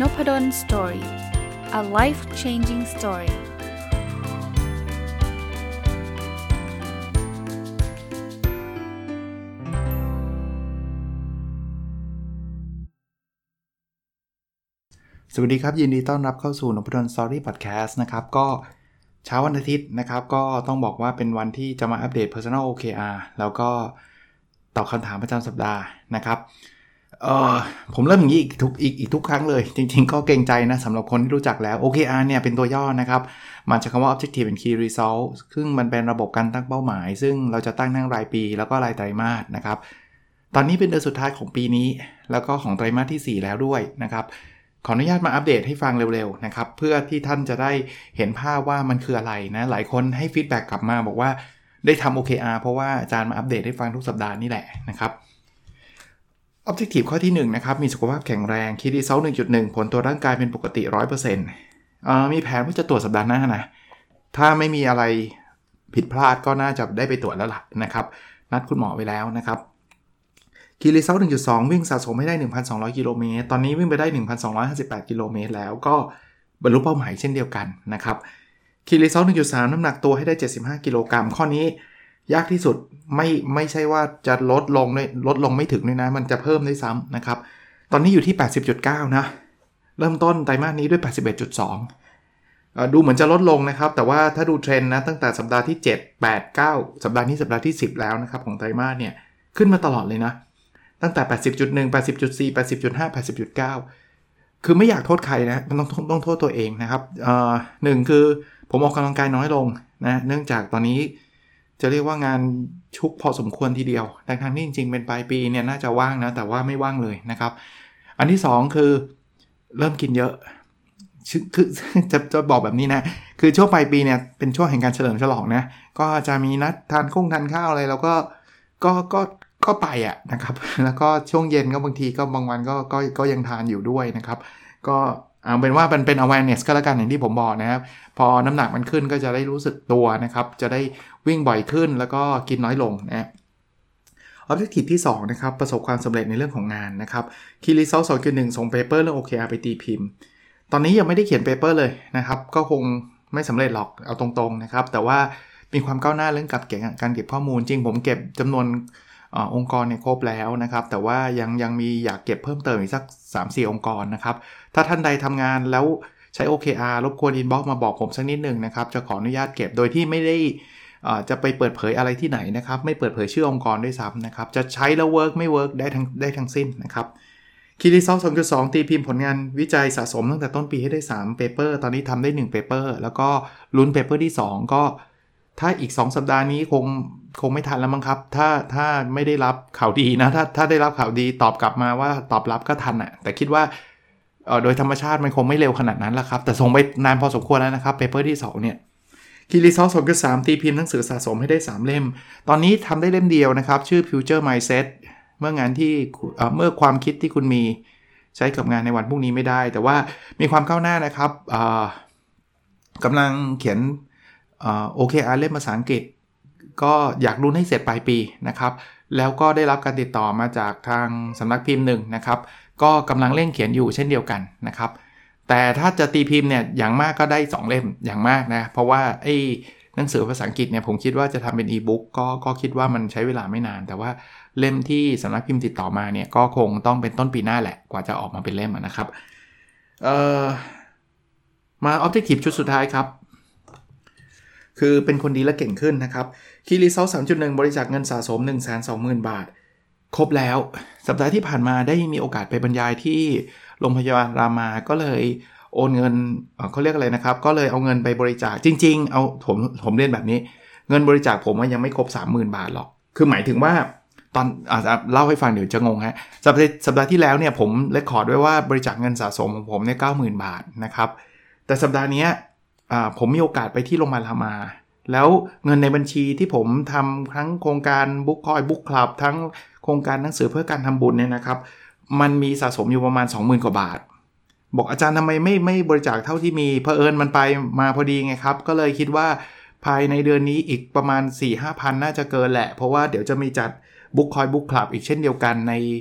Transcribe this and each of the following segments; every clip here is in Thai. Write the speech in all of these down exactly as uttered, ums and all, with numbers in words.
Noppadan Story. A life-changing story. สวัสดีครับยินดีต้อนรับเข้าสู่ Noppadan Story Podcast นะครับก็เช้าวันอาทิตย์นะครับก็ต้องบอกว่าเป็นวันที่จะมาอัปเดต Personal โอ เค อาร์ แล้วก็ตอบคำถามประจำสัปดาห์นะครับเอ่อผมเริ่มอย่างนี้อีกทุกอีกอีกทุกครั้งเลยจริงๆก็เกรงใจนะสำหรับคนที่รู้จักแล้ว โอ เค อาร์ เนี่ยเป็นตัวย่อนะครับมาจากคำว่า Objective and Key Result ซึ่งมันเป็นระบบการตั้งเป้าหมายซึ่งเราจะตั้งทั้งรายปีแล้วก็รายไตรมาสนะครับตอนนี้เป็นเดือนสุดท้ายของปีนี้แล้วก็ของไตรมาสที่สี่แล้วด้วยนะครับขออนุญาตมาอัปเดตให้ฟังเร็วๆนะครับเพื่อที่ท่านจะได้เห็นภาพว่ามันคืออะไรนะหลายคนให้ฟีดแบ็กกลับมาบอกว่าได้ทำ โอ เค อาร์ เพราะว่าอาจารย์มาอัปเดตให้ฟังทุกสัปดาห์นี่แหละนะครับ Objective ข้อที่หนึ่งนะครับมีสุขภาพแข็งแรง Key Result หนึ่งจุดหนึ่ง ผลตัวร่างกายเป็นปกติ ร้อยเปอร์เซ็นต์ เอ่อมีแผนว่าจะตรวจสัปดาห์หน้านะถ้าไม่มีอะไรผิดพลาดก็น่าจะได้ไปตรวจแล้วล่ะนะครับนัดคุณหมอไว้แล้วนะครับKey Result หนึ่งจุดสอง วิ่งสะสมให้ได้ หนึ่งพันสองร้อย กิโลเมตรตอนนี้วิ่งไปได้ หนึ่งพันสองร้อยห้าสิบแปด กิโลเมตรแล้วก็บรรลุเป้าหมายเช่นเดียวกันนะครับ Key Result หนึ่งจุดสาม น้ำหนักตัวให้ได้เจ็ดสิบห้ากิโลกรัมข้อนี้ยากที่สุดไม่ไม่ใช่ว่าจะลดลงเลยลดลงไม่ถึงด้วยนะมันจะเพิ่มด้วยซ้ำนะครับตอนนี้อยู่ที่ แปดสิบจุดเก้า นะเริ่มต้นไตรมาสนี้ด้วย แปดสิบเอ็ดจุดสองเอ่อดูเหมือนจะลดลงนะครับแต่ว่าถ้าดูเทรนด์นะตั้งแต่สัปดาห์ที่เจ็ด แปด เก้าสัปดาห์นี้สัปดาห์ที่สิบแล้วนะครับของไตรมาสเนี่ยขึ้นมาตลอดเลยนะตั้งแต่ แปดสิบจุดหนึ่ง แปดสิบจุดสี่ แปดสิบจุดห้า แปดสิบจุดเก้า คือไม่อยากโทษใครนะมันต้องต้องโทษตัวเองนะครับเอ่อหนึ่งคือผมออกกำลังกายน้อยลงนะเนื่องจากตอนนี้จะเรียกว่างานชุกพอสมควรทีเดียวแต่ทางนี้จริงๆเป็นปลายปีเนี่ยน่าจะว่างนะแต่ว่าไม่ว่างเลยนะครับอันที่สองคือเริ่มกินเยอะคือจะจะบอกแบบนี้นะคือช่วงปลายปีเนี่ยเป็นช่วงแห่งการเฉลิมฉลองนะก็จะมีนัดทานข้งทานข้าวอะไรแล้วก็ก็ก็ก็ไปอ่ะนะครับแล้วก็ช่วงเย็นก็บางทีก็บางวันก็ก็ก็ยังทานอยู่ด้วยนะครับก็เอาเป็นว่ามันเป็น awareness ก็แล้วกันอย่างที่ผมบอกนะครับพอน้ำหนักมันขึ้นก็จะได้รู้สึกตัวนะครับจะได้วิ่งบ่อยขึ้นแล้วก็กินน้อยลงนะ Objective ที่สองนะครับประสบความสำเร็จในเรื่องของงานนะครับ Key Result สองจุดหนึ่ง ส่ง paper เรื่อง โอ เค อาร์ ไปตีพิมพ์ตอนนี้ยังไม่ได้เขียน paper เลยนะครับก็คงไม่สำเร็จหรอกเอาตรงๆนะครับแต่ว่ามีความก้าวหน้าเรื่องกับเก็บการเก็บข้อมูลจริงผมเก็บจำนวนอองค์กรเนี่ยครบแล้วนะครับแต่ว่ายังยังมีอยากเก็บเพิ่มเติมอีกสัก สามถึงสี่ องค์กรนะครับถ้าท่านใดทำงานแล้วใช้ โอ เค อาร์ รบกวน inbox มาบอกผมสักนิดนึงนะครับจะขออนุญาตเก็บโดยที่ไม่ได้จะไปเปิดเผยอะไรที่ไหนนะครับไม่เปิดเผยชื่อองค์กรด้วยซ้ำนะครับจะใช้แล้ว work ไม่ work ได้ทั้งได้ทั้งสิ้นนะครับ Key Result สองจุดสอง ตีพิมพ์ผลงานวิจัยสะสมตั้งแต่ต้นปีให้ได้สาม paper ตอนนี้ทำได้หนึ่ง paper แล้วก็ลุ้น paper ที่สองก็ถ้าอีกสองสัปดาห์นี้คงคงไม่ทันแล้วมั้งครับถ้าถ้าไม่ได้รับข่าวดีนะถ้าถ้าได้รับข่าวดีตอบกลับมาว่าตอบรับก็ทันอ่ะแต่คิดว่าเอ่อโดยธรรมชาติมันคงไม่เร็วขนาดนั้นละครับแต่ส่งไปนานพอสมควรแล้วนะครับ paper ที่สองเนี่ย Key Result สองจุดสาม ตีพิมพ์หนังสือสะสมให้ได้สามเล่มตอนนี้ทำได้เล่มเดียวนะครับชื่อ Future Mindset เมื่องานที่เอ่อเมื่อความคิดที่คุณมีใช้กับงานในวันพรุ่งนี้ไม่ได้แต่ว่ามีความก้าวหน้านะครับเอ่อกำลังเขียนโอ เค อาร์ เล่มภาษาอังกฤษก็อยากลุ้นให้เสร็จปลายปีนะครับแล้วก็ได้รับการติดต่อมาจากทางสำนักพิมพ์หนึ่งนะครับก็กำลังเร่งเขียนอยู่เช่นเดียวกันนะครับแต่ถ้าจะตีพิมพ์เนี่ยอย่างมากก็ได้สองเล่มอย่างมากนะเพราะว่าไอ้หนังสือภาษาอังกฤษเนี่ยผมคิดว่าจะทำเป็นอีบุ๊กก็ก็คิดว่ามันใช้เวลาไม่นานแต่ว่าเล่มที่สำนักพิมพ์ติดต่อมาเนี่ยก็คงต้องเป็นต้นปีหน้าแหละกว่าจะออกมาเป็นเล่มนะครับเอ่อมา Objective ชุดสุดท้ายครับคือเป็นคนดีและเก่งขึ้นนะครับ Key Result สามจุดหนึ่ง บริจาคเงินสะสม หนึ่งแสนสองหมื่น บาทครบแล้วสัปดาห์ที่ผ่านมาได้มีโอกาสไปบรรยายที่โรงพยาบาลรามาก็เลยโอนเงินเขาเรียกอะไรนะครับก็เลยเอาเงินไปบริจาคจริงๆเอาผมผมเรียนแบบนี้เงินบริจาคผมยังไม่ครบ สามหมื่น บาทหรอกคือหมายถึงว่าตอนอ่ะเล่าให้ฟังเดี๋ยวจะงงฮะสัปดาห์สัปดาห์ที่แล้วเนี่ยผมเรคคอร์ดไว้ว่าบริจาคเงินสะสมของผมเนี่ย เก้าหมื่น บาทนะครับแต่สัปดาห์นี้อ่าผมมีโอกาสไปที่โรงพยาบาลรามาแล้วเงินในบัญชีที่ผมทำทั้งโครงการบุ๊กคอยบุ๊กคลับทั้งโครงการหนังสือเพื่อการทำบุญเนี่ยนะครับมันมีสะสมอยู่ประมาณ สองหมื่น กว่าบาทบอกอาจารย์ทำไมไม่ไม่บริจาคเท่าที่มีเผอิญมันไปมาพอดีไงครับก็เลยคิดว่าภายในเดือนนี้อีกประมาณ สี่ถึงห้าพัน น่าจะเกินแหละเพราะว่าเดี๋ยวจะมีจัดบุ๊กคอยบุ๊กคลับอีกเช่นเดียวกันใน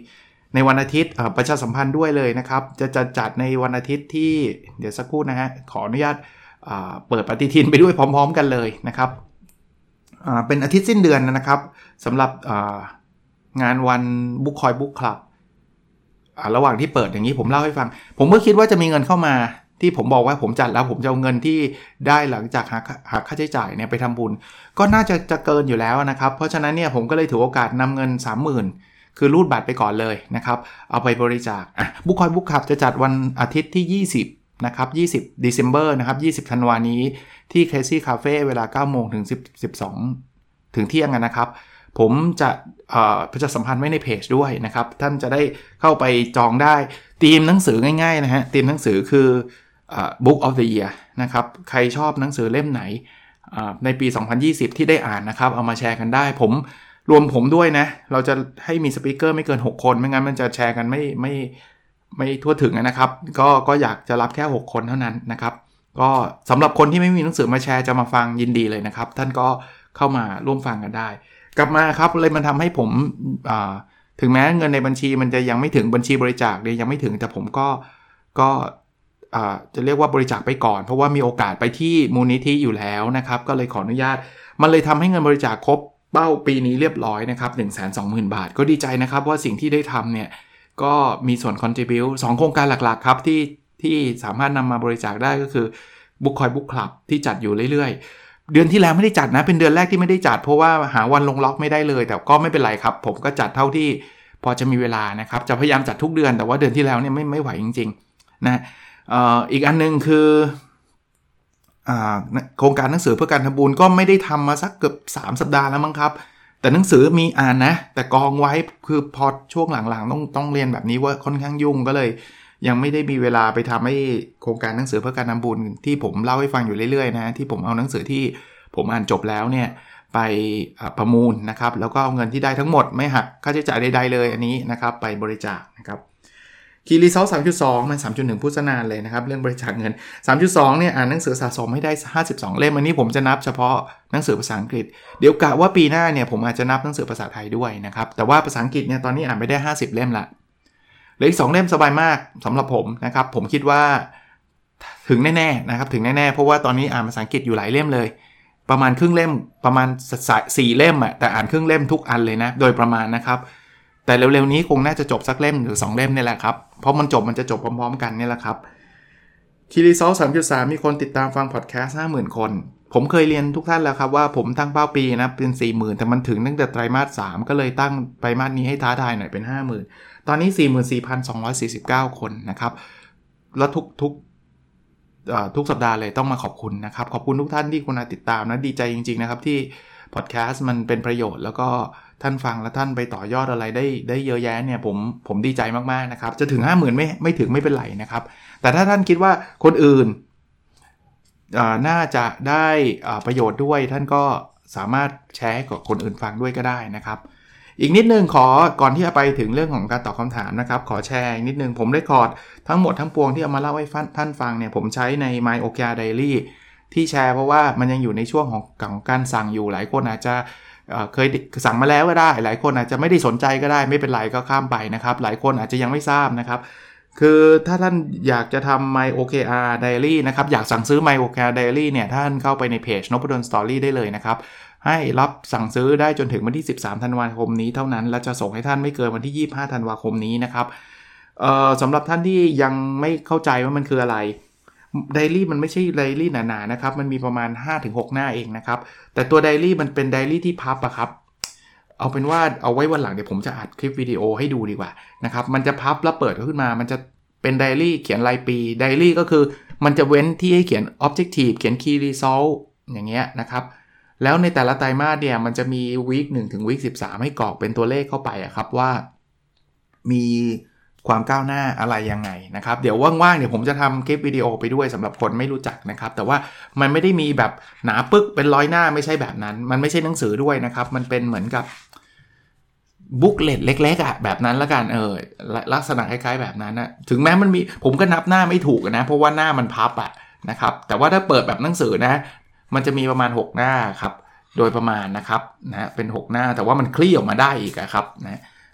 ในวันอาทิตย์ประชาสัมพันธ์ด้วยเลยนะครับจะจะจัดในวันอาทิตย์ที่เดี๋ยวสักครู่นะฮะขออนุญาตเปิดปฏิทินไปด้วยพร้อมๆกันเลยนะครับเป็นอาทิตย์สิ้นเดือนนะครับสำหรับงานวันบุ๊คคอยบุ๊คคลับระหว่างที่เปิดอย่างนี้ผมเล่าให้ฟังผมก็คิดว่าจะมีเงินเข้ามาที่ผมบอกว่าผมจัดแล้วผมจะเอาเงินที่ได้หลังจากหักหักค่าใช้จ่ายเนี่ยไปทำบุญก็น่าจะจะเกินอยู่แล้วนะครับเพราะฉะนั้นเนี่ยผมก็เลยถือโอกาสนำเงิน สามหมื่น คือรูดบัตรไปก่อนเลยนะครับเอาไปบริจาคอ่ะบุ๊คคอยบุ๊คคลับจะจัดวันอาทิตย์ที่ยี่สิบนะครับยี่สิบ December นะครับยี่สิบธันวาคมนี้ที่ Crazy Cafe เวลา เก้าโมง ถึงสิบสองถึงเที่ยงกันนะครับผมจะประชาสัมพันธ์ไว้ในเพจด้วยนะครับท่านจะได้เข้าไปจองได้ธีมหนังสือง่ายๆนะฮะธีมหนังสือคือ Book of the Year นะครับใครชอบหนังสือเล่มไหนในปีสองพันยี่สิบที่ได้อ่านนะครับเอามาแชร์กันได้ผมรวมผมด้วยนะเราจะให้มีสปีกเกอร์ไม่เกินหกคนไม่งั้นมันจะแชร์กันไม่ไม่ไม่ทั่วถึงนะครับก็ก็อยากจะรับแค่หกคนเท่านั้นนะครับก็สำหรับคนที่ไม่มีหนังสือมาแชร์จะมาฟังยินดีเลยนะครับท่านก็เข้ามาร่วมฟังกันได้กลับมาครับเลยมันทำให้ผมถึงแม้เงินในบัญชีมันจะยังไม่ถึงบัญชีบริจาคเนี่ยยังไม่ถึงแต่ผมก็ก็จะเรียกว่าบริจาคไปก่อนเพราะว่ามีโอกาสไปที่มูลนิธิอยู่แล้วนะครับก็เลยขออนุญาตมันเลยทำให้เงินบริจาคครบเป้าปีนี้เรียบร้อยนะครับ หนึ่งแสนสองหมื่น บาทก็ดีใจนะครับว่าสิ่งที่ได้ทำเนี่ยก็มีส่วน contribute สองโครงการหลักๆครับที่ที่สามารถนำมาบริจาคได้ก็คือ Book Coin Book Club ที่จัดอยู่เรื่อยๆเดือนที่แล้วไม่ได้จัดนะเป็นเดือนแรกที่ไม่ได้จัดเพราะว่าหาวันลงล็อกไม่ได้เลยแต่ก็ไม่เป็นไรครับผมก็จัดเท่าที่พอจะมีเวลานะครับจะพยายามจัดทุกเดือนแต่ว่าเดือนที่แล้วเนี่ยไม่ไม่ไหวจริงๆนะเอ่ออีกอันนึงคืออ่าโครงการหนังสือเพื่อการทำบุญก็ไม่ได้ทำมาสักเกือบสามสัปดาห์แล้วมั้งครับแต่หนังสือมีอ่านนะแต่กองไว้คือพอช่วงหลังๆต้องต้องเรียนแบบนี้ว่าค่อนข้างยุ่งก็เลยยังไม่ได้มีเวลาไปทำให้โครงการหนังสือเพื่อการทำบุญที่ผมเล่าให้ฟังอยู่เรื่อยๆนะที่ผมเอาหนังสือที่ผมอ่านจบแล้วเนี่ยไปประมูลนะครับแล้วก็เอาเงินที่ได้ทั้งหมดไม่หักค่าใช้จ่ายใดๆเลยอันนี้นะครับไปบริจาคนะครับคีรีเซล สามจุดสอง มัน สามจุดหนึ่ง พูดซะนานเลยนะครับเรื่องบริจาคเงิน สามจุดสอง เนี่ยอ่านหนังสือสะสมให้ได้ห้าสิบสองเล่มอันนี้ผมจะนับเฉพาะหนังสือภาษาอังกฤษเดี๋ยวกะว่าปีหน้าเนี่ยผมอาจจะนับหนังสือภาษาไทยด้วยนะครับแต่ว่าภาษาอังกฤษเนี่ยตอนนี้อ่านไปได้ห้าสิบเล่มละเหลืออีกสองเล่มสบายมากสำหรับผมนะครับผมคิดว่าถึงแน่ๆนะครับถึงแน่ๆเพราะว่าตอนนี้อ่านภาษาอังกฤษอยู่หลายเล่มเลยประมาณครึ่งเล่มประมาณสี่เล่มอ่ะแต่อ่านครึ่งเล่มทุกอันเลยนะโดยประมาณนะครับแต่เร็วๆนี้คงน่าจะจบสักเล่มหรือสองเล่มนี่แหละครับเพราะมันจบมันจะจบพร้อมๆกันนี่แหละครับคีรีเซล สามจุดสาม มีคนติดตามฟังพอดแคสต์ ห้าหมื่น คนผมเคยเรียนทุกท่านแล้วครับว่าผมตั้งเป้าปีนะเป็น สี่หมื่น แต่มันถึงตั้งแต่ไตรมาสสามก็เลยตั้งไตรมาสนี้ให้ท้าทายหน่อยเป็น ห้าหมื่น ตอนนี้ สี่หมื่นสี่พันสองร้อยสี่สิบเก้า คนนะครับแล้วทุกทุกทุกสัปดาห์เลยต้องมาขอบคุณนะครับขอบคุณทุกท่านที่คุณติดตามนะดีใจจริงๆนะครับที่พอดแคสต์มันเป็นประโยชน์แล้วก็ท่านฟังแล้วท่านไปต่อยอดอะไรได้ได้เยอะแยะเนี่ยผมผมดีใจมากๆนะครับจะถึง ห้าหมื่น ไม่ไม่ถึงไม่เป็นไรนะครับแต่ถ้าท่านคิดว่าคนอื่นน่าจะได้ประโยชน์ด้วยท่านก็สามารถแชร์ให้กับคนอื่นฟังด้วยก็ได้นะครับอีกนิดนึงขอก่อนที่จะไปถึงเรื่องของการตอบคำถามนะครับขอแชร์นิดนึงผมได้คอร์ดทั้งหมดทั้งปวงที่เอามาเล่าให้ท่านฟังเนี่ยผมใช้ใน My โอ เค อาร์ Diary ที่แชร์เพราะว่ามันยังอยู่ในช่วงของการสั่งอยู่หลายคนอาจจะเคยสั่งมาแล้วก็ได้หลายคนอาจจะไม่ได้สนใจก็ได้ไม่เป็นไรก็ข้ามไปนะครับหลายคนอาจจะยังไม่ทราบนะครับคือถ้าท่านอยากจะทำ My โอ เค อาร์ Diary นะครับอยากสั่งซื้อ My โอ เค อาร์ Diary เนี่ยท่านเข้าไปในเพจ Nopadon Story ได้เลยนะครับให้รับสั่งซื้อได้จนถึงวันที่สิบสามธันวาคมนี้เท่านั้นและจะส่งให้ท่านไม่เกินวันที่ยี่สิบห้าธันวาคมนี้นะครับเอ่อสำหรับท่านที่ยังไม่เข้าใจว่ามันคืออะไรไดอารี่มันไม่ใช่ไดอารี่หนาๆนะครับมันมีประมาณ ห้าถึงหก หน้าเองนะครับแต่ตัวไดอารี่มันเป็นไดอารี่ที่พับอะครับเอาเป็นว่าเอาไว้วันหลังเดี๋ยวผมจะอัดคลิปวิดีโอให้ดูดีกว่านะครับมันจะพับแล้วเปิดขึ้นมามันจะเป็นไดอารี่เขียนรายปีไดอารี่ก็คือมันจะเว้นที่ให้เขียน objective เขียน key result อย่างเงี้ยนะครับแล้วในแต่ละไตรมาสเนี่ยมันจะมีวีคหนึ่งถึงวีคสิบสามให้กรอกเป็นตัวเลขเข้าไปอะครับว่ามีความก้าวหน้าอะไรยังไงนะครับเดี๋ยวว่างๆเดี๋ยวผมจะทำคลิปวิดีโอไปด้วยสำหรับคนไม่รู้จักนะครับแต่ว่ามันไม่ได้มีแบบหนาปึ๊กเป็นร้อยหน้าไม่ใช่แบบนั้นมันไม่ใช่หนังสือด้วยนะครับมันเป็นเหมือนกับบุ๊กเลตเล็กๆอ่ะแบบนั้นละกันเออลักษณะคล้ายๆแบบนั้นนะถึงแม้มันมีผมก็นับหน้าไม่ถูกนะเพราะว่าหน้ามันพับอ่ะนะครับแต่ว่าถ้าเปิดแบบหนังสือนะมันจะมีประมาณหกหน้าครับโดยประมาณนะครับนะเป็นหกหน้าแต่ว่ามันคลี่ออกมาได้อีกครับนะ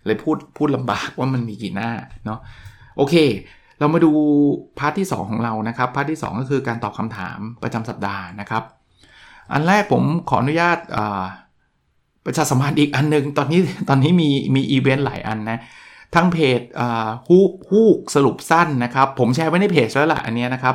เลยพูดพูดลำบากว่ามันมีกี่หน้าเนาะโอเคเรามาดูพาร์ทที่สองของเรานะครับพาร์ทที่สองก็คือการตอบคำถามประจำสัปดาห์นะครับอันแรกผมขออนุญาตประชาสัมพันธ์อีกอันนึงตอนนี้ตอนนี้มีมีอีเวนต์หลายอันนะทั้งเพจฮูกฮูกสรุปสั้นนะครับผมแชร์ไว้ในเพจแล้วล่ะอันนี้นะครับ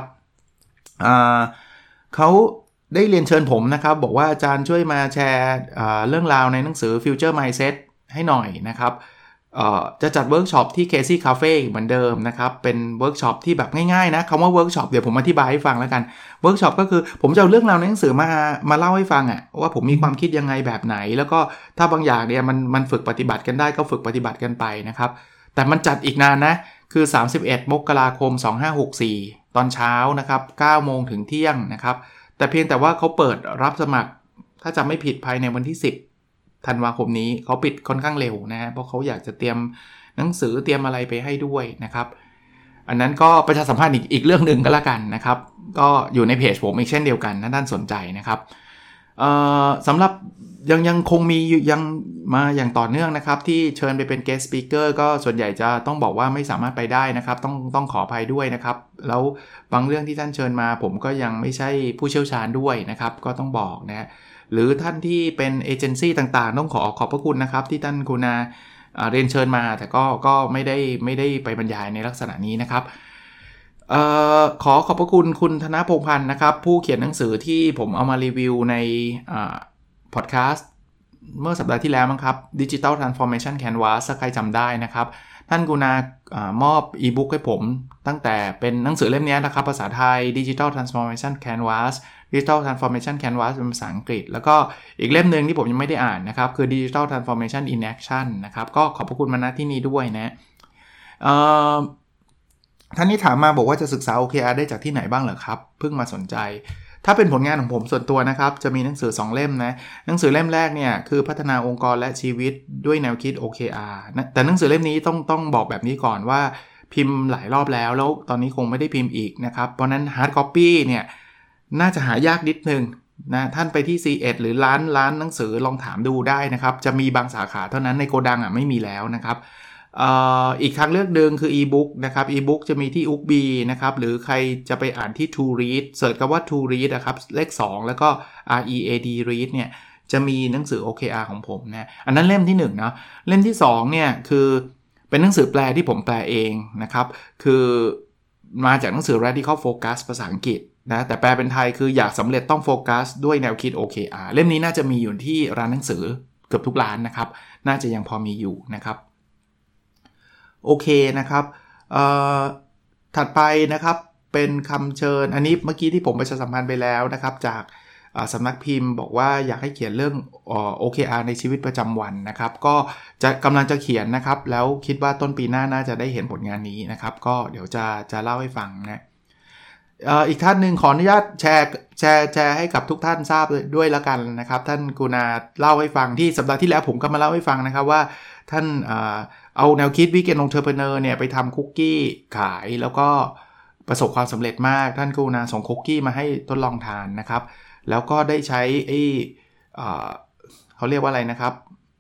เขาได้เรียนเชิญผมนะครับบอกว่าอาจารย์ช่วยมาแชร์เรื่องราวในหนังสือ Future Mindset ให้หน่อยนะครับจะจัดเวิร์กช็อปที่ Casey Cafe เหมือนเดิมนะครับเป็นเวิร์กช็อปที่แบบง่ายๆนะคำว่าเวิร์กช็อปเดี๋ยวผมอธิบายให้ฟังแล้วกันเวิร์กช็อปก็คือผมจะเอาเรื่องราวในหนังสือมามาเล่าให้ฟังอ่ะว่าผมมีความคิดยังไงแบบไหนแล้วก็ถ้าบางอย่างเนี่ยมันมันฝึกปฏิบัติกันได้ก็ฝึกปฏิบัติกันไปนะครับแต่มันจัดอีกนานนะคือสามสิบเอ็ดมกราคมสองพันห้าร้อยหกสิบสี่ตอนเช้านะครับเก้าโมงถึงเที่ยงนะครับแต่เพียงแต่ว่าเขาเปิดรับสมัครถ้าจำไม่ผิดภายในวันที่สิบธันวาคมนี้เขาปิดค่อนข้างเร็วนะฮะเพราะเขาอยากจะเตรียมหนังสือเตรียมอะไรไปให้ด้วยนะครับอันนั้นก็ประชาสัมพันธ์อีกอีกเรื่องนึงก็แล้วกันนะครับก็อยู่ในเพจผมอีกเช่นเดียวกันถ้าท่านสนใจนะครับเอ่อสำหรับยังยังคงมียังมาอย่างต่อเนื่องนะครับที่เชิญไปเป็น guest speaker ก็ส่วนใหญ่จะต้องบอกว่าไม่สามารถไปได้นะครับต้องต้องขออภัยด้วยนะครับแล้วบางเรื่องที่ท่านเชิญมาผมก็ยังไม่ใช่ผู้เชี่ยวชาญด้วยนะครับก็ต้องบอกนะหรือท่านที่เป็นเอเจนซี่ต่างๆต้องขอขอบพระคุณนะครับที่ท่านกุณาเรียนเชิญมาแต่ก็ก็ไม่ได้ไม่ได้ไปบรรยายในลักษณะนี้นะครับเอ่อขอขอบพระคุณคุณธนพงษ์พันธ์นะครับผู้เขียนหนังสือที่ผมเอามารีวิวในอ่าพอดแคสต์เมื่อสัปดาห์ที่แล้วมั้งครับ Digital Transformation Canvas ถ้าใครจำได้นะครับท่านกุณามอบอีบุ๊กให้ผมตั้งแต่เป็นหนังสือเล่มนี้นะครับภาษาไทย Digital Transformation Canvas Digital Transformation Canvas เป็นภาษาอังกฤษแล้วก็อีกเล่มนึงที่ผมยังไม่ได้อ่านนะครับคือ Digital Transformation in Action นะครับก็ขอบพระคุณมาณที่นี้ด้วยนะเอ่อท่านนี้ถามมาบอกว่าจะศึกษา โอ เค อาร์ ได้จากที่ไหนบ้างเหรอครับเพิ่งมาสนใจถ้าเป็นผลงานของผมส่วนตัวนะครับจะมีหนังสือสองเล่มนะหนังสือเล่มแรกเนี่ยคือพัฒนาองค์กรและชีวิตด้วยแนวคิด โอ เค อาร์ นะแต่หนังสือเล่มนี้ต้องต้องบอกแบบนี้ก่อนว่าพิมพ์หลายรอบแล้วแล้วตอนนี้คงไม่ได้พิมพ์อีกนะครับเพราะนั้น hard copy เนี่ยน่าจะหายากนิดนึงนะท่านไปที่ ซี เอ็ด หรือร้านร้านหนังสือลองถามดูได้นะครับจะมีบางสาขาเท่านั้นในโกดังอ่ะไม่มีแล้วนะครับเอ่ออีกทางเลือกนึงคือ e-book นะครับ e-book จะมีที่ Ubi นะครับหรือใครจะไปอ่านที่ To Read เสิร์ชคำว่า To Read นะครับเลขสองแล้วก็ R E A D Read เนี่ยจะมีหนังสือ โอ เค อาร์ ของผมนะอันนั้นเล่มที่หนึ่งเนาะเล่มที่สองเนี่ยคือเป็นหนังสือแปลที่ผมแปลเองนะครับคือมาจากหนังสือ Radical Focus ภาษาอังกฤษนะแต่แปลเป็นไทยคืออยากสำเร็จต้องโฟกัสด้วยแนวคิด โอ เค อาร์ เล่มนี้น่าจะมีอยู่ที่ร้านหนังสือเกือบทุกร้านนะครับน่าจะยังพอมีอยู่นะครับโอเคนะครับเอ่อถัดไปนะครับเป็นคำเชิญอันนี้เมื่อกี้ที่ผมประชาสัมพันธ์ไปแล้วนะครับจากสำนักพิมพ์บอกว่าอยากให้เขียนเรื่อง โอ เค อาร์ ในชีวิตประจำวันนะครับก็จะกำลังจะเขียนนะครับแล้วคิดว่าต้นปีหน้าน่าจะได้เห็นผลงานนี้นะครับก็เดี๋ยวจะจะเล่าให้ฟังนะอีกท่านหนึ่งขออนุญาตแชร์แชร์แชร์ให้กับทุกท่านทราบด้วยแล้วกันนะครับท่านกุณาเล่าให้ฟังที่สัปดาห์ที่แล้วผมก็มาเล่าให้ฟังนะครับว่าท่านเอาแนวคิด Weekend Entrepreneur เนี่ยไปทำคุกกี้ขายแล้วก็ประสบความสำเร็จมากท่านกุณาส่งคุกกี้มาให้ทดลองทานนะครับแล้วก็ได้ใช้ไอ้เขาเรียกว่าอะไรนะครับ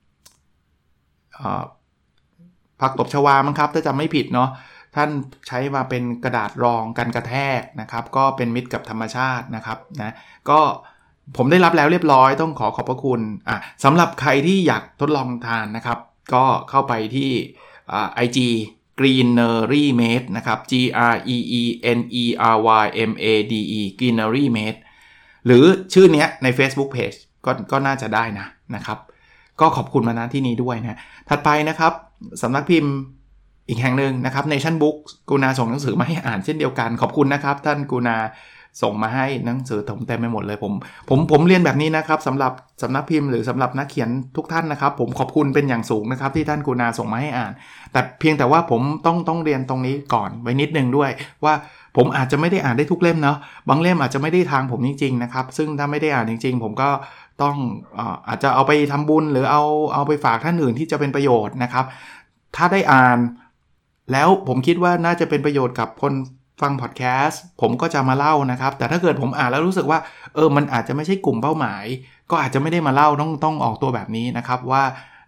ผักตบชวามั้งครับถ้าจำไม่ผิดเนาะท่านใช้มาเป็นกระดาษรองกันกระแทกนะครับก็เป็นมิตรกับธรรมชาตินะครับนะก็ผมได้รับแล้วเรียบร้อยต้องขอขอบพระคุณอ่ะสำหรับใครที่อยากทดลองทานนะครับก็เข้าไปที่อ่า ไอ จี Greenery Made นะครับ G R E E N E R Y M A D E Greenery Made หรือชื่อเนี้ยใน Facebook Page ก็ก็น่าจะได้นะนะครับก็ขอบคุณมาณที่นี้ด้วยนะถัดไปนะครับสำนักพิมพ์อีกแห่งหนึ่งนะครับ Nation Books กุณาส่งหนังสือมาให้อ่านเช่นเดียวกันขอบคุณนะครับท่านกุณาส่งมาให้หนังสือผมเต็มไปหมดเลยผมผมผมเรียนแบบนี้นะครับสำหรับสำนักพิมพ์หรือสำหรับนักเขียนทุกท่านนะครับผมขอบคุณเป็นอย่างสูงนะครับที่ท่านกุณาส่งมาให้อ่านแต่เพียงแต่ว่าผมต้องต้องเรียนตรงนี้ก่อนไว้นิดนึงด้วยว่าผมอาจจะไม่ได้อ่านได้ทุกเล่มเนาะบางเล่มอาจจะไม่ได้ทางผมจริงๆนะครับซึ่งถ้าไม่ได้อ่านจริงๆผมก็ต้องอ่าอาจจะเอาไปทำบุญหรือเอาเอาไปฝากท่านอื่นที่จะเป็นประโยชน์นะครับถ้าได้อ่านแล้วผมคิดว่าน่าจะเป็นประโยชน์กับคนฟังพอดแคสต์ผมก็จะมาเล่านะครับแต่ถ้าเกิดผมอ่านแล้วรู้สึกว่าเออมันอาจจะไม่ใช่กลุ่มเป้าหมายก็อาจจะไม่ได้มาเล่าต้องต้องออกตัวแบบนี้นะครับว่า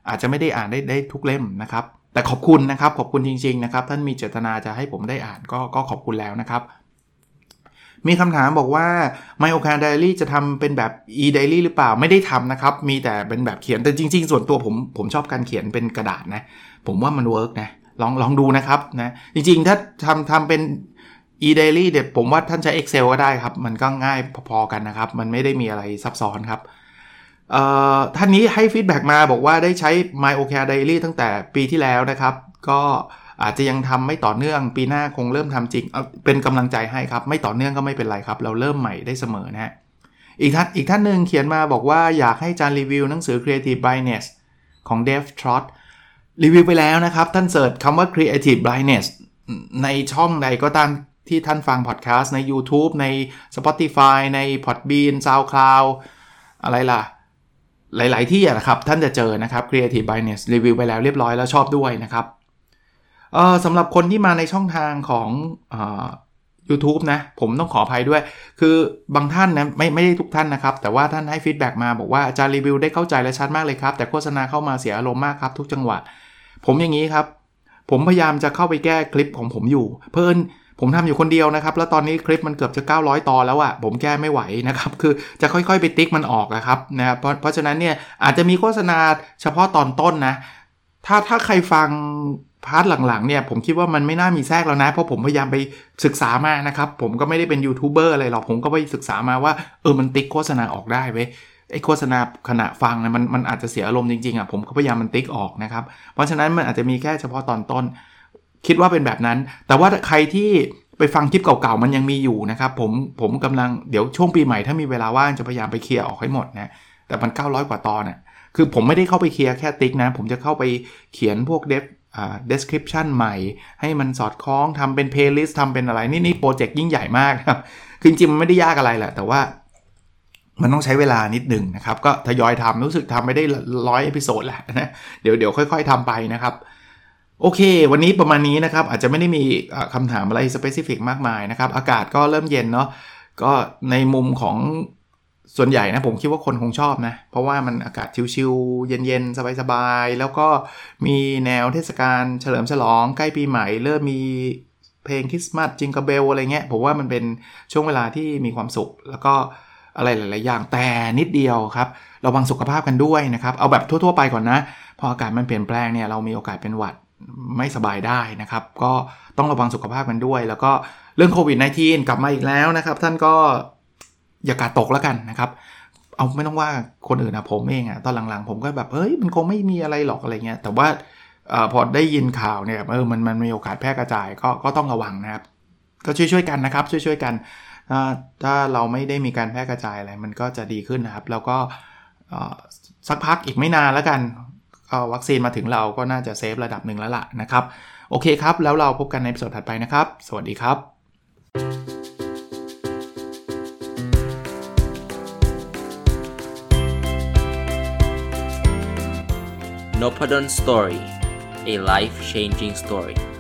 อาจจะไม่ได้อ่านได้ได้ทุกเล่มนะครับแต่ขอบคุณนะครับขอบคุณจริงๆนะครับท่านมีเจตนาจะให้ผมได้อ่านก็ก็ขอบคุณแล้วนะครับมีคำถามบอกว่า My โอ เค อาร์ Diary จะทำเป็นแบบ e-diary หรือเปล่าไม่ได้ทำนะครับมีแต่เป็นแบบเขียนแต่จริงๆส่วนตัวผมผมชอบการเขียนเป็นกระดาษนะผมว่ามันเวิร์กนะลองลองดูนะครับนะจริงๆถ้าทำทำเป็น e-diary เดี๋ยวผมว่าท่านใช้ Excel ก็ได้ครับมันก็ง่ายพอๆกันนะครับมันไม่ได้มีอะไรซับซ้อนครับเอ่อท่านนี้ให้ฟีดแบ็กมาบอกว่าได้ใช้ My โอ เค อาร์ Diary ตั้งแต่ปีที่แล้วนะครับก็อาจจะยังทำไม่ต่อเนื่องปีหน้าคงเริ่มทำจริงเป็นกำลังใจให้ครับไม่ต่อเนื่องก็ไม่เป็นไรครับเราเริ่มใหม่ได้เสมอนะฮะอีกท่านอีกท่านหนึ่งเขียนมาบอกว่าอยากให้จานรีวิวหนังสือ Creative Blindness ของ Dave Trott รีวิวไปแล้วนะครับท่านเสิร์ชคำว่า Creative Blindness ในช่องใดก็ตามที่ท่านฟังพอดแคสต์ใน YouTube ใน Spotify ใน Podbean SoundCloud อะไรล่ะหลายๆที่นะครับท่านจะเจอนะครับ Creative Blindness รีวิวไปแล้วเรียบร้อยแล้วชอบด้วยนะครับเอ่อสำหรับคนที่มาในช่องทางของเอ่อ YouTube นะผมต้องขออภัยด้วยคือบางท่านนะไม่ไม่ได้ทุกท่านนะครับแต่ว่าท่านให้ฟีดแบ็กมาบอกว่าอาจารย์รีวิวได้เข้าใจและชัดมากเลยครับแต่โฆษณาเข้ามาเสียอารมณ์มากครับทุกจังหวะผมอย่างนี้ครับผมพยายามจะเข้าไปแก้คลิปของผมอยู่เพิ่นผมทำอยู่คนเดียวนะครับแล้วตอนนี้คลิปมันเกือบจะเก้าร้อยตอนแล้วอะผมแก้ไม่ไหวนะครับคือจะค่อยๆไปติ๊กมันออกนะครับนะเพราะเพราะฉะนั้นเนี่ยอาจจะมีโฆษณาเฉพาะตอนต้นนะถ้าถ้าใครฟังพาร์ทหลังๆเนี่ยผมคิดว่ามันไม่น่ามีแทรกแล้วนะเพราะผมพยายามไปศึกษามานะครับผมก็ไม่ได้เป็นยูทูบเบอร์อะไรหรอกผมก็ไปศึกษามาว่าเออมันติ๊กโฆษณาออกได้เว้ยไอ้โฆษณาขณะฟังนะมันมันอาจจะเสียอารมณ์จริงๆอ่ะผมก็พยายามมันติ๊กออกนะครับเพราะฉะนั้นมันอาจจะมีแค่เฉพาะตอนต้นคิดว่าเป็นแบบนั้นแต่ว่าใครที่ไปฟังคลิปเก่าๆมันยังมีอยู่นะครับผมผมกำลังเดี๋ยวช่วงปีใหม่ถ้ามีเวลาว่างจะพยายามไปเคลียร์ออกให้หมดนะแต่มันเก้าร้อยกว่าตอนน่ะคือผมไม่ได้เข้าไปเคลียร์แค่ติ๊กนะผมจะเข้าไปเขียนพวกเดฟอ่า description ใหม่ให้มันสอดคล้องทำเป็น playlist ทำเป็นอะไรนี่นี่โปรเจกต์ยิ่งใหญ่มากครับคือจริงๆมันไม่ได้ยากอะไรแหละแต่ว่ามันต้องใช้เวลานิดนึงนะครับก็ทยอยทำรู้สึกทำไปได้ร้อยเอพิโซดแหละนะเดี๋ยวเดี๋ยวค่อยๆทำไปนะครับโอเควันนี้ประมาณนี้นะครับอาจจะไม่ได้มีคำถามอะไร specific มากมายนะครับอากาศก็เริ่มเย็นเนาะก็ในมุมของส่วนใหญ่นะผมคิดว่าคนคงชอบนะเพราะว่ามันอากาศชิลๆเย็นๆสบายๆแล้วก็มีแนวเทศกาลเฉลิมฉลองใกล้ปีใหม่เริ่มมีเพลงคริสต์มาสจิงเกิลเบลอะไรเงี้ยผมว่ามันเป็นช่วงเวลาที่มีความสุขแล้วก็อะไรหลายๆอย่างแต่นิดเดียวครับระวังสุขภาพกันด้วยนะครับเอาแบบทั่วๆไปก่อนนะพออากาศมันเปลี่ยนแปลงเนี่ยเรามีโอกาสเป็นหวัดไม่สบายได้นะครับก็ต้องระวังสุขภาพกันด้วยแล้วก็เรื่องโควิด สิบเก้า กลับมาอีกแล้วนะครับท่านก็อย่ากาดตกแล้วกันนะครับเอาไม่ต้องว่าคนอื่นนะผมเองอะตอนหลังๆผมก็แบบเฮ้ยมันคงไม่มีอะไรหรอกอะไรเงี้ยแต่ว่าเอ่อพอได้ยินข่าวเนี่ยเออมันมันมีโอกาสแพร่กระจายก็ก็ต้องระวังนะครับก็ช่วยๆกันนะครับช่วยๆกันถ้าถ้าเราไม่ได้มีการแพร่กระจายอะไรมันก็จะดีขึ้นนะครับแล้วก็สักพักอีกไม่นานแล้วกันวัคซีนมาถึงเราก็น่าจะเซฟระดับหนึ่งแล้วล่ะนะครับโอเคครับแล้วเราพบกันในตอนถัดไปนะครับสวัสดีครับ Nopadon Story, a life-changing story.